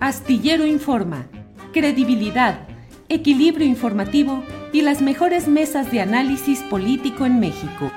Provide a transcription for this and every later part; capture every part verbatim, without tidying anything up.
Astillero Informa, credibilidad, equilibrio informativo y las mejores mesas de análisis político en México.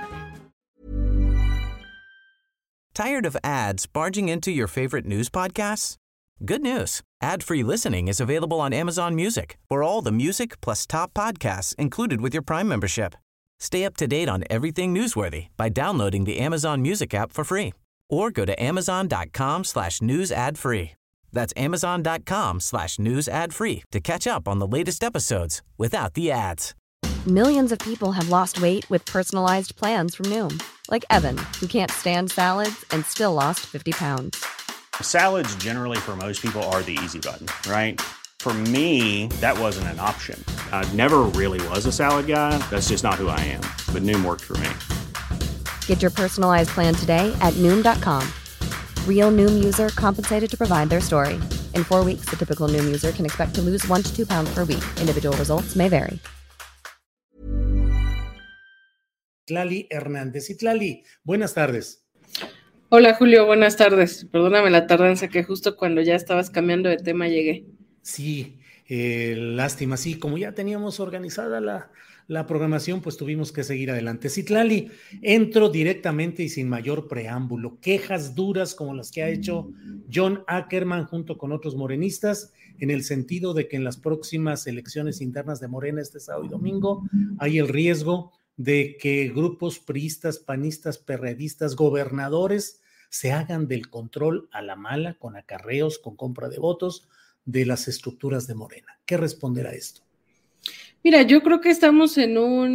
Tired of ads barging into your favorite news podcasts? Good news. Ad-free listening is available on Amazon Music for all the music plus top podcasts included with your Prime membership. Stay up to date on everything newsworthy by downloading the Amazon Music app for free or go to amazon.com slash news ad free. That's amazon.com slash news ad free to catch up on the latest episodes without the ads. Millions of people have lost weight with personalized plans from Noom, like Evan, who can't stand salads and still lost fifty pounds. Salads generally for most people are the easy button, right? For me, that wasn't an option. I never really was a salad guy. That's just not who I am. But Noom worked for me. Get your personalized plan today at Noom dot com. Real Noom user compensated to provide their story. In four weeks, the typical Noom user can expect to lose one to two pounds per week. Individual results may vary. Citlali Hernández. Citlali, buenas tardes. Hola Julio, buenas tardes. Perdóname la tardanza, que justo cuando ya estabas cambiando de tema llegué. Sí, eh, lástima, sí, como ya teníamos organizada la, la programación, pues tuvimos que seguir adelante. Citlali, entro directamente y sin mayor preámbulo. Quejas duras como las que ha hecho John Ackerman junto con otros morenistas, en el sentido de que en las próximas elecciones internas de Morena este sábado y domingo hay el riesgo de que grupos priistas, panistas, perredistas, gobernadores se hagan del control a la mala, con acarreos, con compra de votos de las estructuras de Morena. ¿Qué responder a esto? Mira, yo creo que estamos en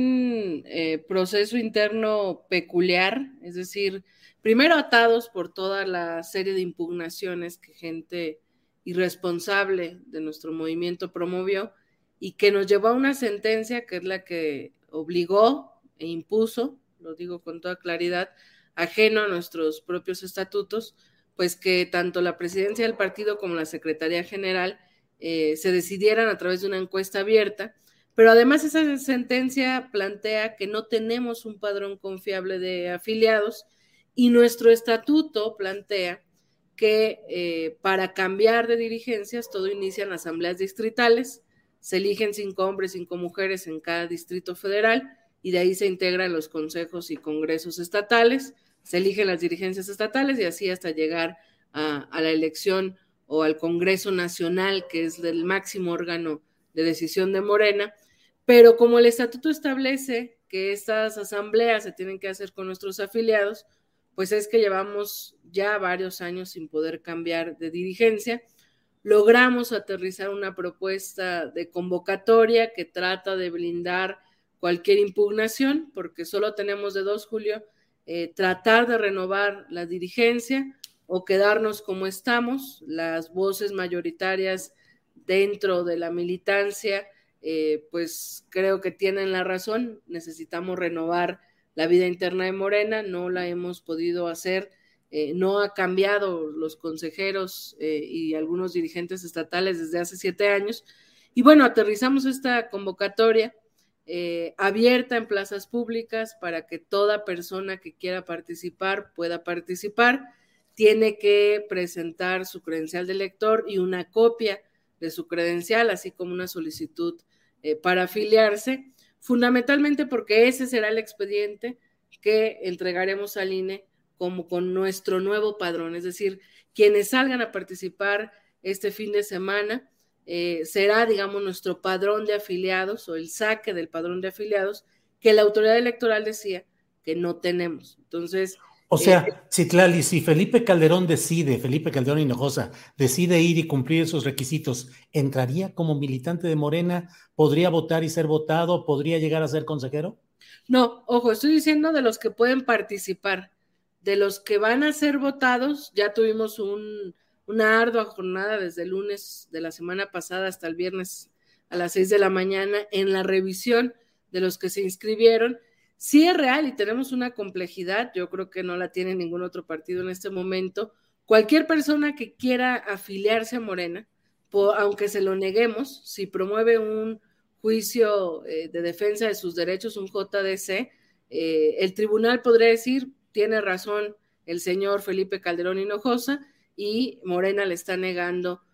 un eh, proceso interno peculiar, es decir, primero atados por toda la serie de impugnaciones que gente irresponsable de nuestro movimiento promovió y que nos llevó a una sentencia que es la que obligó e impuso, lo digo con toda claridad, ajeno a nuestros propios estatutos, pues que tanto la presidencia del partido como la Secretaría General eh, se decidieran a través de una encuesta abierta, pero además esa sentencia plantea que no tenemos un padrón confiable de afiliados y nuestro estatuto plantea que eh, para cambiar de dirigencias todo inicia en asambleas distritales, se eligen cinco hombres, cinco mujeres en cada distrito federal y de ahí se integran los consejos y congresos estatales, se eligen las dirigencias estatales y así hasta llegar a, a la elección o al Congreso Nacional, que es el máximo órgano de decisión de Morena, pero como el estatuto establece que estas asambleas se tienen que hacer con nuestros afiliados, pues es que llevamos ya varios años sin poder cambiar de dirigencia. Logramos aterrizar una propuesta de convocatoria que trata de blindar cualquier impugnación, porque solo tenemos de dos, Julio, eh, tratar de renovar la dirigencia o quedarnos como estamos. Las voces mayoritarias dentro de la militancia, eh, pues creo que tienen la razón, necesitamos renovar la vida interna de Morena, no la hemos podido hacer, eh, no ha cambiado los consejeros eh, y algunos dirigentes estatales desde hace siete años, y bueno, aterrizamos esta convocatoria Eh, abierta en plazas públicas para que toda persona que quiera participar pueda participar, tiene que presentar su credencial de elector y una copia de su credencial, así como una solicitud eh, para afiliarse, fundamentalmente porque ese será el expediente que entregaremos al I N E como con nuestro nuevo padrón, es decir, quienes salgan a participar este fin de semana Eh, será, digamos, nuestro padrón de afiliados o el saque del padrón de afiliados que la autoridad electoral decía que no tenemos. Entonces, o sea, eh, Citlali, si Felipe Calderón decide, Felipe Calderón Hinojosa, decide ir y cumplir esos requisitos, ¿entraría como militante de Morena? ¿Podría votar y ser votado? ¿Podría llegar a ser consejero? No, ojo, estoy diciendo de los que pueden participar, de los que van a ser votados. Ya tuvimos un una ardua jornada desde el lunes de la semana pasada hasta el viernes a las seis de la mañana en la revisión de los que se inscribieron. Sí es real y tenemos una complejidad, yo creo que no la tiene ningún otro partido en este momento. Cualquier persona que quiera afiliarse a Morena, por, aunque se lo neguemos, si promueve un juicio eh, de defensa de sus derechos, un J D C, eh, el tribunal podría decir, tiene razón el señor Felipe Calderón Hinojosa, y Morena le está negando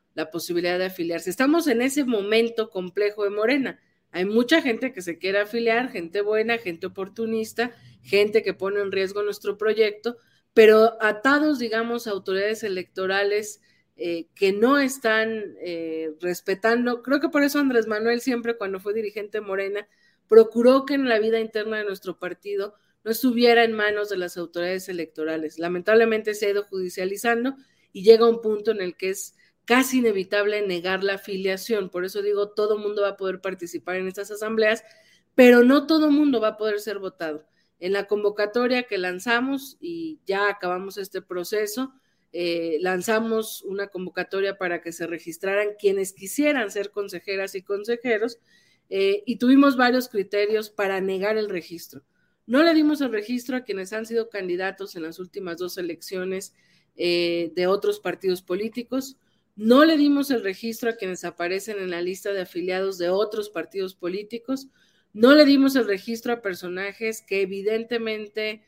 la posibilidad de afiliarse. Estamos en ese momento complejo de Morena. Hay mucha gente que se quiere afiliar, gente buena, gente oportunista, gente que pone en riesgo nuestro proyecto, pero atados, digamos, a autoridades electorales eh, que no están eh, respetando. Creo que por eso Andrés Manuel siempre, cuando fue dirigente de Morena, procuró que en la vida interna de nuestro partido no estuviera en manos de las autoridades electorales. Lamentablemente se ha ido judicializando y llega un punto en el que es casi inevitable negar la afiliación. Por eso digo, todo mundo va a poder participar en estas asambleas, pero no todo mundo va a poder ser votado. En la convocatoria que lanzamos, y ya acabamos este proceso, eh, lanzamos una convocatoria para que se registraran quienes quisieran ser consejeras y consejeros, eh, y tuvimos varios criterios para negar el registro. No le dimos el registro a quienes han sido candidatos en las últimas dos elecciones eh, de otros partidos políticos. No le dimos el registro a quienes aparecen en la lista de afiliados de otros partidos políticos. No le dimos el registro a personajes que evidentemente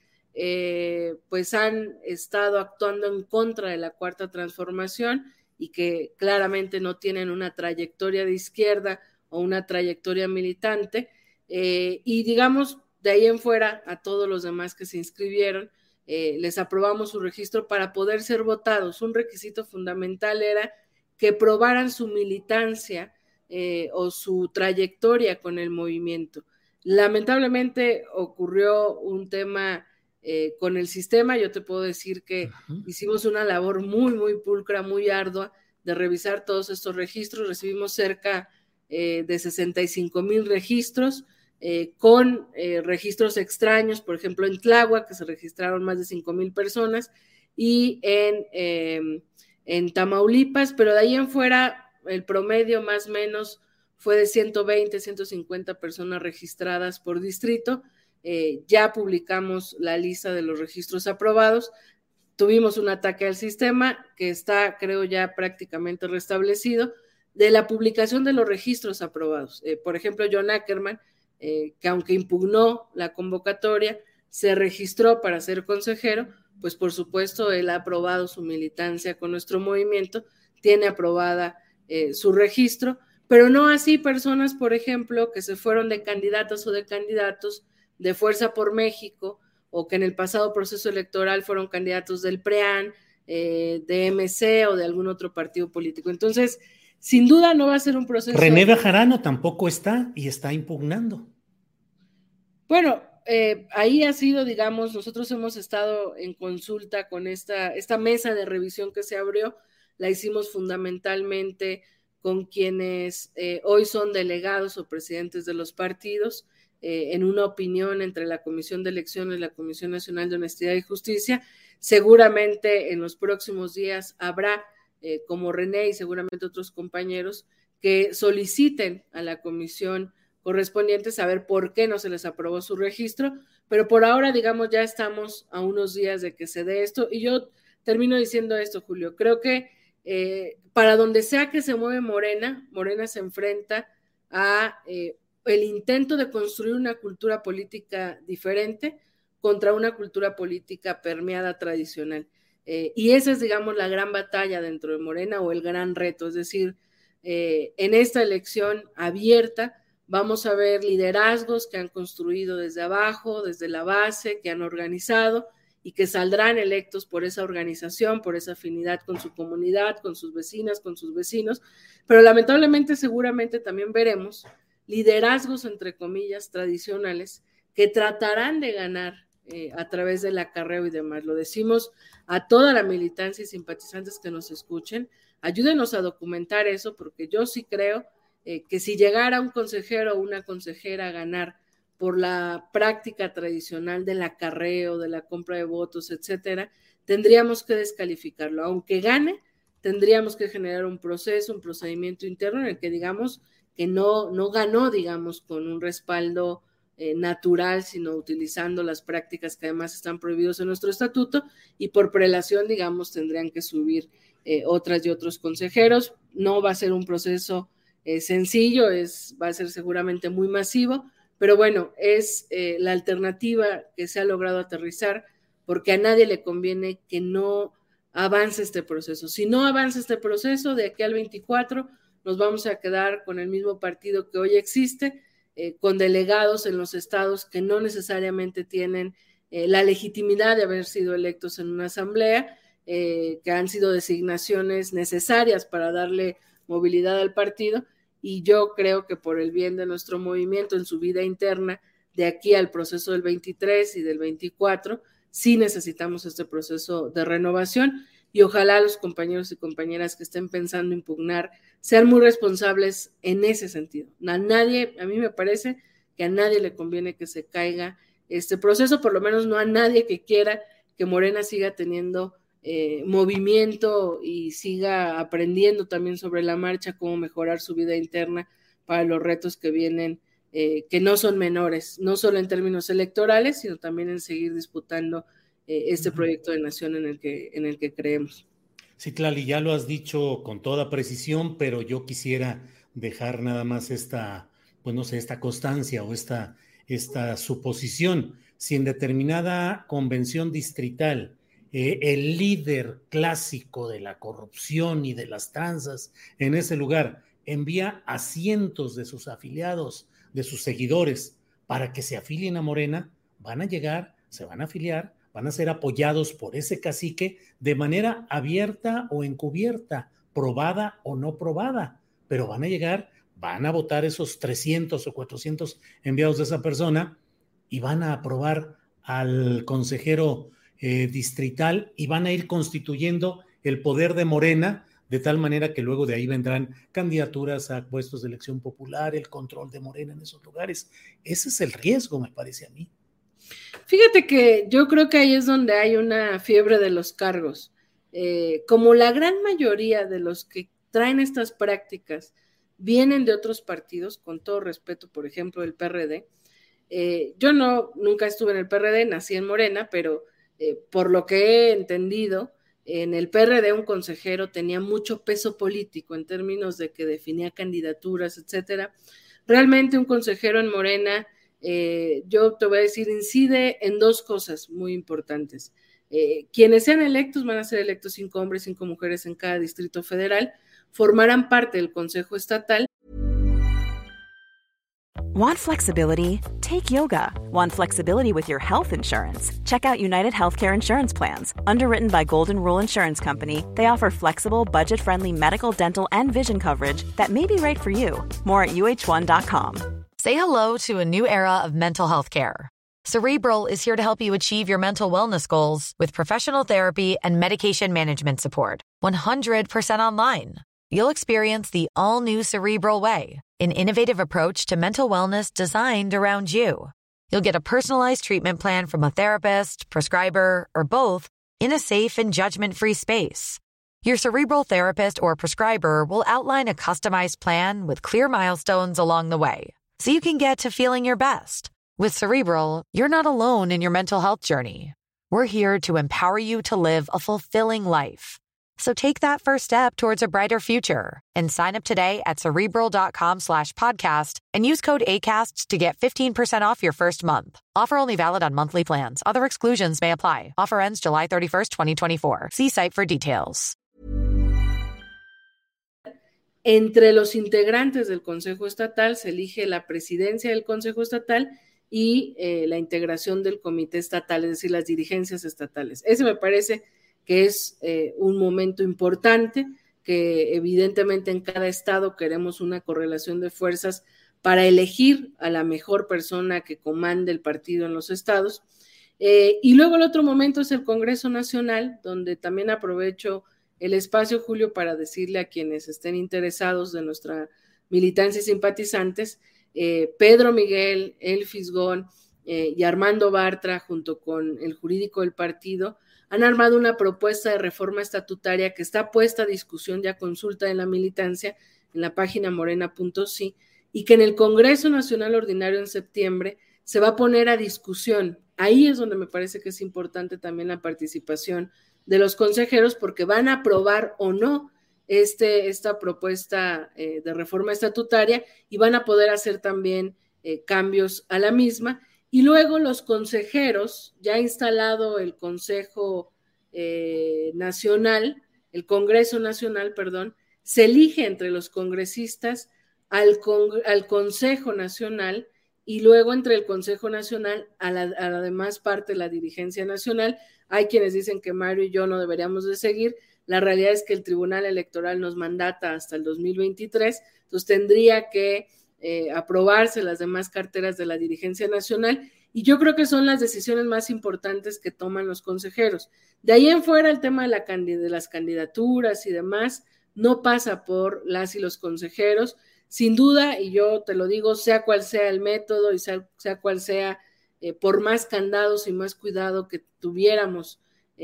eh, pues han estado actuando en contra de la Cuarta Transformación y que claramente no tienen una trayectoria de izquierda o una trayectoria militante. Eh, y digamos, de ahí en fuera, a todos los demás que se inscribieron, eh, les aprobamos su registro para poder ser votados. Un requisito fundamental era que probaran su militancia eh, o su trayectoria con el movimiento. Lamentablemente ocurrió un tema eh, con el sistema. Yo te puedo decir que uh-huh. hicimos una labor muy, muy pulcra, muy ardua de revisar todos estos registros. Recibimos cerca eh, de sesenta y cinco mil registros, eh, con eh, registros extraños, por ejemplo en Tláhuac, que se registraron más de cinco mil personas, y en, eh, en Tamaulipas, pero de ahí en fuera el promedio más o menos fue de ciento veinte, ciento cincuenta personas registradas por distrito. Eh, ya publicamos la lista de los registros aprobados. Tuvimos un ataque al sistema que está, creo, ya prácticamente restablecido, de la publicación de los registros aprobados. Eh, por ejemplo, John Ackerman, eh, que aunque impugnó la convocatoria, se registró para ser consejero, pues por supuesto él ha aprobado su militancia con nuestro movimiento, tiene aprobada eh, su registro, pero no así personas, por ejemplo, que se fueron de candidatas o de candidatos de Fuerza por México, o que en el pasado proceso electoral fueron candidatos del PREAN, eh, de M C o de algún otro partido político. Entonces, sin duda no va a ser un proceso... René Bejarano tampoco está y está impugnando. Bueno, eh, ahí ha sido, digamos, nosotros hemos estado en consulta con esta, esta mesa de revisión que se abrió, la hicimos fundamentalmente con quienes eh, hoy son delegados o presidentes de los partidos, eh, en una opinión entre la Comisión de Elecciones y la Comisión Nacional de Honestidad y Justicia. Seguramente en los próximos días habrá, eh, como René y seguramente otros compañeros, que soliciten a la comisión correspondiente saber por qué no se les aprobó su registro, pero por ahora, digamos, ya estamos a unos días de que se dé esto, y yo termino diciendo esto, Julio, creo que eh, para donde sea que se mueve Morena, Morena se enfrenta a eh, el intento de construir una cultura política diferente contra una cultura política permeada tradicional, eh, y esa es, digamos, la gran batalla dentro de Morena, o el gran reto, es decir, eh, en esta elección abierta vamos a ver liderazgos que han construido desde abajo, desde la base, que han organizado y que saldrán electos por esa organización, por esa afinidad con su comunidad, con sus vecinas, con sus vecinos, pero lamentablemente seguramente también veremos liderazgos, entre comillas, tradicionales, que tratarán de ganar eh, a través del acarreo y demás. Lo decimos a toda la militancia y simpatizantes que nos escuchen, ayúdenos a documentar eso, porque yo sí creo Eh, que si llegara un consejero o una consejera a ganar por la práctica tradicional del acarreo, de la compra de votos, etcétera, tendríamos que descalificarlo. Aunque gane, tendríamos que generar un proceso, un procedimiento interno en el que digamos que no, no ganó, digamos, con un respaldo eh, natural, sino utilizando las prácticas que además están prohibidas en nuestro estatuto, y por prelación, digamos, tendrían que subir eh, otras y otros consejeros. No va a ser un proceso Es sencillo, es, va a ser seguramente muy masivo, pero bueno, es eh, la alternativa que se ha logrado aterrizar, porque a nadie le conviene que no avance este proceso. Si no avanza este proceso, de aquí al veinticuatro nos vamos a quedar con el mismo partido que hoy existe, eh, con delegados en los estados que no necesariamente tienen eh, la legitimidad de haber sido electos en una asamblea, eh, que han sido designaciones necesarias para darle movilidad al partido, y yo creo que por el bien de nuestro movimiento en su vida interna, de aquí al proceso del veintitrés y del veinticuatro, sí necesitamos este proceso de renovación, y ojalá los compañeros y compañeras que estén pensando impugnar sean muy responsables en ese sentido. A nadie, a mí me parece que a nadie le conviene que se caiga este proceso, por lo menos no a nadie que quiera que Morena siga teniendo eh, movimiento y siga aprendiendo también sobre la marcha cómo mejorar su vida interna para los retos que vienen, eh, que no son menores, no solo en términos electorales, sino también en seguir disputando eh, este uh-huh. proyecto de nación en el que, en el que creemos. Citlali, ya lo has dicho con toda precisión, pero yo quisiera dejar nada más esta, pues no sé, esta constancia o esta, esta suposición. Si en determinada convención distrital eh, el líder clásico de la corrupción y de las tranzas en ese lugar envía a cientos de sus afiliados, de sus seguidores, para que se afilien a Morena, van a llegar, se van a afiliar, van a ser apoyados por ese cacique de manera abierta o encubierta, probada o no probada, pero van a llegar, van a votar esos trescientos o cuatrocientos enviados de esa persona y van a aprobar al consejero eh, distrital y van a ir constituyendo el poder de Morena, de tal manera que luego de ahí vendrán candidaturas a puestos de elección popular, el control de Morena en esos lugares. Ese es el riesgo, me parece a mí. Fíjate que yo creo que ahí es donde hay una fiebre de los cargos. Eh, como la gran mayoría de los que traen estas prácticas vienen de otros partidos, con todo respeto, por ejemplo, el P R D, eh, yo no, nunca estuve en el P R D, nací en Morena, pero eh, por lo que he entendido, en el P R D un consejero tenía mucho peso político en términos de que definía candidaturas, etcétera. Realmente un consejero en Morena, Eh, yo te voy a decir, incide en dos cosas muy importantes. Eh, quienes sean electos van a ser electos cinco hombres, cinco mujeres en cada distrito federal, formarán parte del Consejo Estatal. Want flexibility? Take yoga. Want flexibility with your health insurance? Check out United Healthcare Insurance Plans. Underwritten by Golden Rule Insurance Company, they offer flexible, budget-friendly medical, dental, and vision coverage that may be right for you. More at U H one dot com. Say hello to a new era of mental health care. Cerebral is here to help you achieve your mental wellness goals with professional therapy and medication management support. one hundred percent online. You'll experience the all-new Cerebral Way, an innovative approach to mental wellness designed around you. You'll get a personalized treatment plan from a therapist, prescriber, or both in a safe and judgment-free space. Your Cerebral therapist or prescriber will outline a customized plan with clear milestones along the way, so you can get to feeling your best. With Cerebral, you're not alone in your mental health journey. We're here to empower you to live a fulfilling life. So take that first step towards a brighter future and sign up today at Cerebral.com slash podcast and use code ACAST to get fifteen percent off your first month. Offer only valid on monthly plans. Other exclusions may apply. Offer ends July thirty-first, twenty twenty-four. See site for details. Entre los integrantes del Consejo Estatal se elige la presidencia del Consejo Estatal y eh, la integración del Comité Estatal, es decir, las dirigencias estatales. Ese me parece que es eh, un momento importante, que evidentemente en cada estado queremos una correlación de fuerzas para elegir a la mejor persona que comande el partido en los estados. Eh, y luego el otro momento es el Congreso Nacional, donde también aprovecho el espacio, Julio, para decirle a quienes estén interesados de nuestra militancia y simpatizantes, eh, Pedro Miguel, El Fisgón eh, y Armando Bartra, junto con el jurídico del partido, han armado una propuesta de reforma estatutaria que está puesta a discusión y a consulta en la militancia en la página morena punto si, y que en el Congreso Nacional Ordinario en septiembre se va a poner a discusión. Ahí es donde me parece que es importante también la participación de los consejeros, porque van a aprobar o no este, esta propuesta eh, de reforma estatutaria y van a poder hacer también eh, cambios a la misma. Y luego los consejeros, ya instalado el Consejo eh, nacional, el Congreso Nacional, perdón, se elige entre los congresistas al, con, al Consejo Nacional y luego entre el Consejo Nacional a la, a la demás parte de la dirigencia nacional. Hay quienes dicen que Mario y yo no deberíamos de seguir. La realidad es que el Tribunal Electoral nos mandata hasta el dos mil veintitrés, entonces tendría que eh, aprobarse las demás carteras de la dirigencia nacional, y yo creo que son las decisiones más importantes que toman los consejeros. De ahí en fuera el tema de, la, de las candidaturas y demás no pasa por las y los consejeros, sin duda, y yo te lo digo, sea cual sea el método y sea, sea cual sea, eh, por más candados y más cuidado que tuviéramos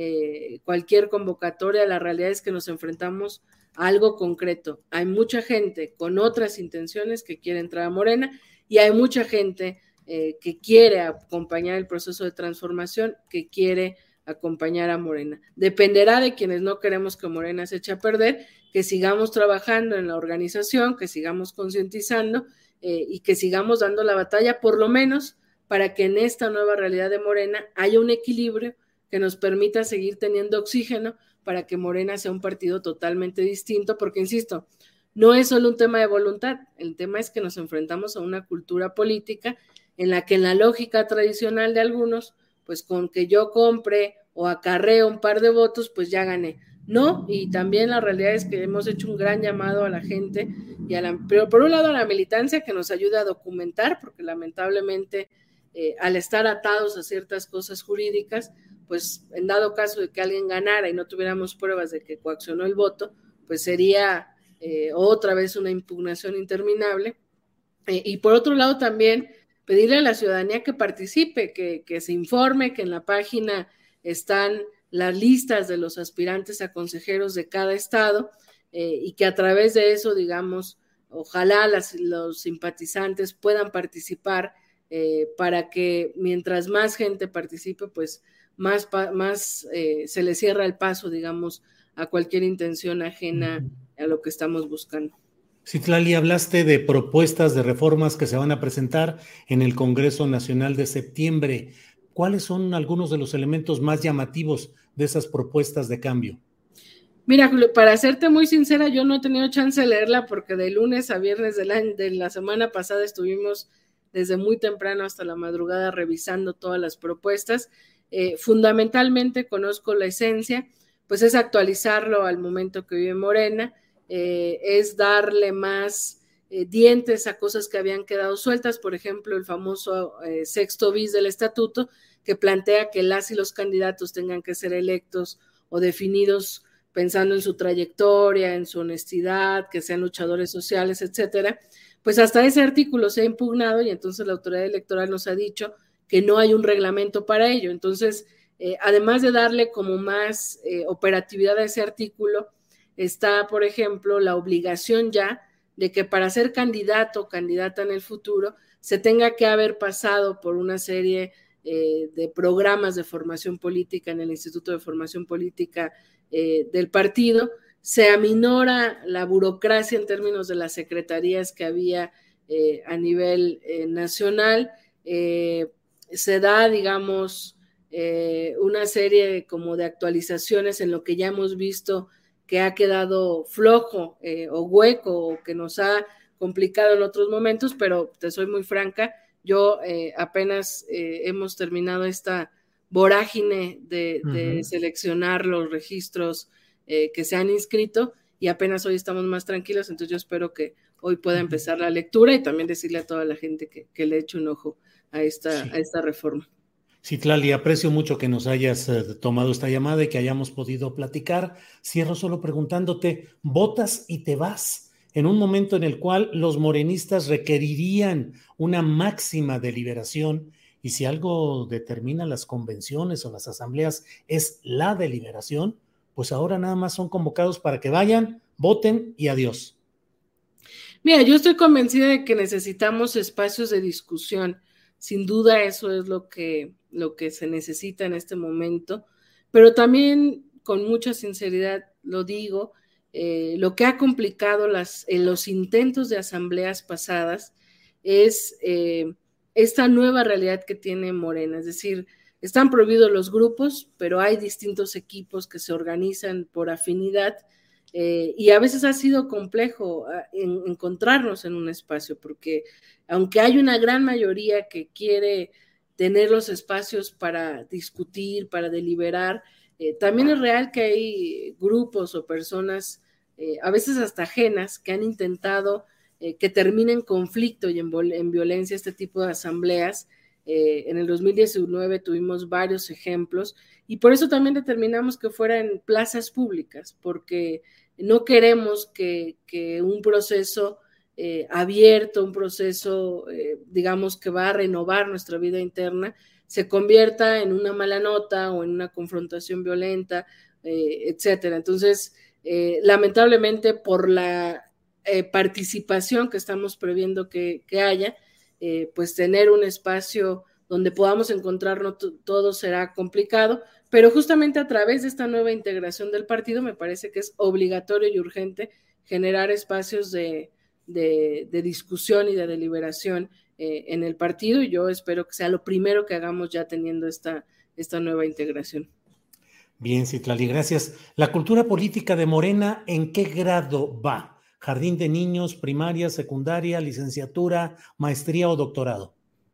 eh, cualquier convocatoria, la realidad es que nos enfrentamos a algo concreto. Hay mucha gente con otras intenciones que quiere entrar a Morena y hay mucha gente eh, que quiere acompañar el proceso de transformación, que quiere acompañar a Morena. Dependerá de quienes no queremos que Morena se eche a perder, que sigamos trabajando en la organización, que sigamos concientizando eh, y que sigamos dando la batalla, por lo menos para que en esta nueva realidad de Morena haya un equilibrio que nos permita seguir teniendo oxígeno para que Morena sea un partido totalmente distinto, porque insisto, no es solo un tema de voluntad, el tema es que nos enfrentamos a una cultura política en la que en la lógica tradicional de algunos, pues con que yo compre o acarreo un par de votos, pues ya gané. No, y también la realidad es que hemos hecho un gran llamado a la gente, y a la, pero por un lado a la militancia que nos ayuda a documentar, porque lamentablemente eh, al estar atados a ciertas cosas jurídicas, pues en dado caso de que alguien ganara y no tuviéramos pruebas de que coaccionó el voto, pues sería eh, otra vez una impugnación interminable. Eh, y por otro lado también pedirle a la ciudadanía que participe, que, que se informe, que en la página están las listas de los aspirantes a consejeros de cada estado eh, y que a través de eso, digamos, ojalá las, los simpatizantes puedan participar eh, para que mientras más gente participe, pues más, más eh, se le cierra el paso, digamos, a cualquier intención ajena a lo que estamos buscando. Citlali, hablaste de propuestas de reformas que se van a presentar en el Congreso Nacional de septiembre. ¿Cuáles son algunos de los elementos más llamativos de esas propuestas de cambio? Mira, para serte muy sincera, yo no he tenido chance de leerla porque de lunes a viernes de la, de la semana pasada estuvimos desde muy temprano hasta la madrugada revisando todas las propuestas. Eh, fundamentalmente conozco la esencia, pues es actualizarlo al momento que vive Morena, eh, es darle más eh, dientes a cosas que habían quedado sueltas, por ejemplo, el famoso eh, sexto bis del estatuto, que plantea que las y los candidatos tengan que ser electos o definidos pensando en su trayectoria, en su honestidad, que sean luchadores sociales, etcétera. Pues hasta ese artículo se ha impugnado y entonces la autoridad electoral nos ha dicho que no hay un reglamento para ello. Entonces, eh, además de darle como más eh, operatividad a ese artículo, está, por ejemplo, la obligación ya de que para ser candidato o candidata en el futuro se tenga que haber pasado por una serie eh, de programas de formación política en el Instituto de Formación Política eh, del partido. Se aminora la burocracia en términos de las secretarías que había eh, a nivel eh, nacional. Eh, se da, digamos, eh, una serie como de actualizaciones en lo que ya hemos visto que ha quedado flojo eh, o hueco o que nos ha complicado en otros momentos, pero te soy muy franca, yo eh, apenas eh, hemos terminado esta vorágine de, de uh-huh. seleccionar los registros eh, que se han inscrito y apenas hoy estamos más tranquilos, entonces yo espero que hoy pueda empezar la lectura y también decirle a toda la gente que, que le eche un ojo a esta, sí. a esta reforma. Citlali, aprecio mucho que nos hayas eh, tomado esta llamada y que hayamos podido platicar. Cierro solo preguntándote, ¿votas y te vas en un momento en el cual los morenistas requerirían una máxima deliberación? Y si algo determina las convenciones o las asambleas es la deliberación, pues ahora nada más son convocados para que vayan, voten y adiós. Mira, yo estoy convencida de que necesitamos espacios de discusión. Sin duda eso es lo que, lo que se necesita en este momento, pero también con mucha sinceridad lo digo, eh, lo que ha complicado las, eh, los intentos de asambleas pasadas es eh, esta nueva realidad que tiene Morena, es decir, están prohibidos los grupos, pero hay distintos equipos que se organizan por afinidad, eh, y a veces ha sido complejo en, encontrarnos en un espacio, porque aunque hay una gran mayoría que quiere tener los espacios para discutir, para deliberar, eh, también es real que hay grupos o personas, eh, a veces hasta ajenas, que han intentado eh, que termine en conflicto y en, en violencia este tipo de asambleas. Eh, en el dos mil diecinueve tuvimos varios ejemplos y por eso también determinamos que fuera en plazas públicas, porque no queremos que, que un proceso eh, abierto, un proceso, eh, digamos, que va a renovar nuestra vida interna, se convierta en una mala nota o en una confrontación violenta, eh, etcétera. Entonces, eh, lamentablemente, por la eh, participación que estamos previendo que, que haya, eh, pues tener un espacio donde podamos encontrarnos t- todo será complicado, pero justamente a través de esta nueva integración del partido me parece que es obligatorio y urgente generar espacios de, de, de discusión y de deliberación eh, en el partido, y yo espero que sea lo primero que hagamos ya teniendo esta, esta nueva integración. Bien, Citlali, gracias. La cultura política de Morena, ¿en qué grado va? ¿Jardín de niños, primaria, secundaria, licenciatura, maestría o doctorado?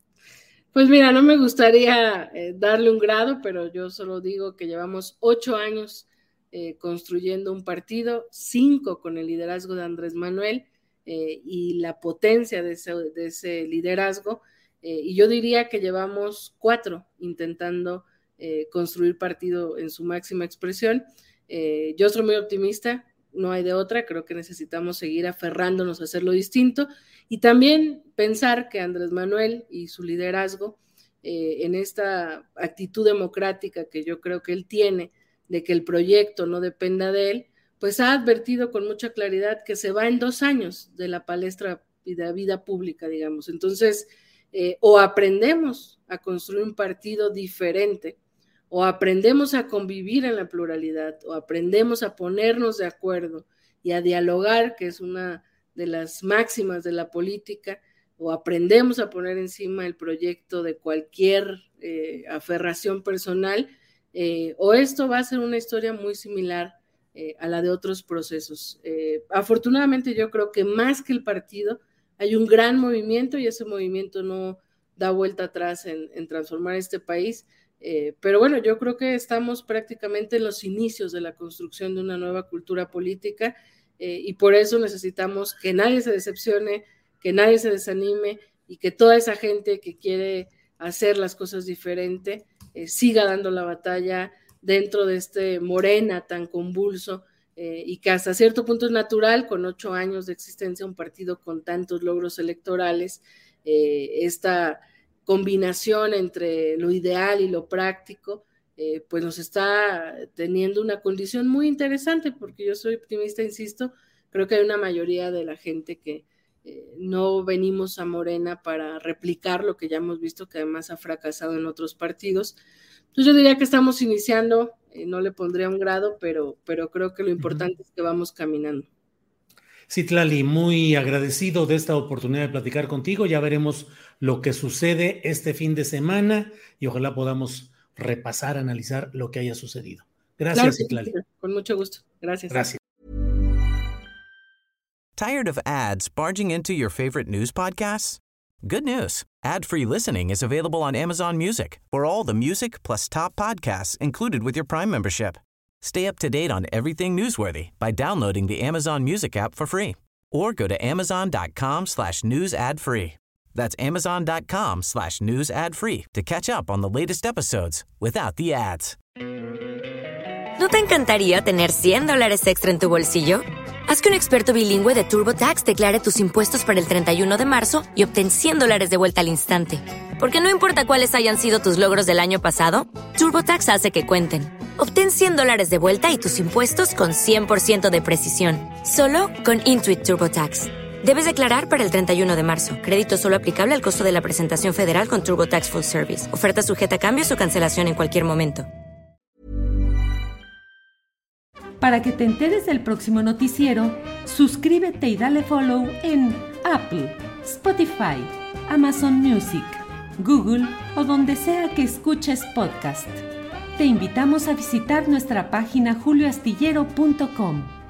Pues mira, no me gustaría eh, darle un grado, pero yo solo digo que llevamos ocho años eh, construyendo un partido, cinco con el liderazgo de Andrés Manuel eh, y la potencia de ese, de ese liderazgo, eh, y yo diría que llevamos cuatro intentando eh, construir partido en su máxima expresión. Eh, yo soy muy optimista, no hay de otra, creo que necesitamos seguir aferrándonos a hacerlo distinto y también pensar que Andrés Manuel y su liderazgo eh, en esta actitud democrática que yo creo que él tiene, de que el proyecto no dependa de él, pues ha advertido con mucha claridad que se va en dos años de la palestra y de la vida pública, digamos. Entonces, eh, o aprendemos a construir un partido diferente, o aprendemos a convivir en la pluralidad, o aprendemos a ponernos de acuerdo y a dialogar, que es una de las máximas de la política, o aprendemos a poner encima el proyecto de cualquier eh, aferración personal, eh, o esto va a ser una historia muy similar eh, a la de otros procesos. Eh, afortunadamente yo creo que más que el partido hay un gran movimiento y ese movimiento no da vuelta atrás en, en transformar este país. Eh, pero bueno, yo creo que estamos prácticamente en los inicios de la construcción de una nueva cultura política eh, y por eso necesitamos que nadie se decepcione, que nadie se desanime y que toda esa gente que quiere hacer las cosas diferente eh, siga dando la batalla dentro de este Morena tan convulso eh, y que hasta cierto punto es natural, con ocho años de existencia, un partido con tantos logros electorales, eh, esta combinación entre lo ideal y lo práctico, eh, pues nos está teniendo una condición muy interesante, porque yo soy optimista, insisto, creo que hay una mayoría de la gente que eh, no venimos a Morena para replicar lo que ya hemos visto, que además ha fracasado en otros partidos. Entonces yo diría que estamos iniciando, eh, no le pondría un grado, pero, pero creo que lo importante uh-huh. es que vamos caminando. Citlali, muy agradecido de esta oportunidad de platicar contigo. Ya veremos lo que sucede este fin de semana y ojalá podamos repasar, analizar lo que haya sucedido. Gracias, claro, Citlali. Sí, con mucho gusto. Gracias. Gracias. Tired of ads barging into your favorite news podcasts? Good news. Ad-free listening is available on Amazon Music for all the music plus top podcasts included with your Prime membership. Stay up to date on everything newsworthy by downloading the Amazon Music app for free or go to amazon.com slash news ad free. That's amazon.com slash news ad free to catch up on the latest episodes without the ads. ¿No te encantaría tener cien dólares extra en tu bolsillo? Haz que un experto bilingüe de TurboTax declare tus impuestos para el treinta y uno de marzo y obtén cien dólares de vuelta al instante. Porque no importa cuáles hayan sido tus logros del año pasado, TurboTax hace que cuenten. Obtén cien dólares de vuelta y tus impuestos con cien por ciento de precisión. Solo con Intuit TurboTax. Debes declarar para el treinta y uno de marzo. Crédito solo aplicable al costo de la presentación federal con TurboTax Full Service. Oferta sujeta a cambios o cancelación en cualquier momento. Para que te enteres del próximo noticiero, suscríbete y dale follow en Apple, Spotify, Amazon Music, Google o donde sea que escuches podcast. Te invitamos a visitar nuestra página julio astillero punto com.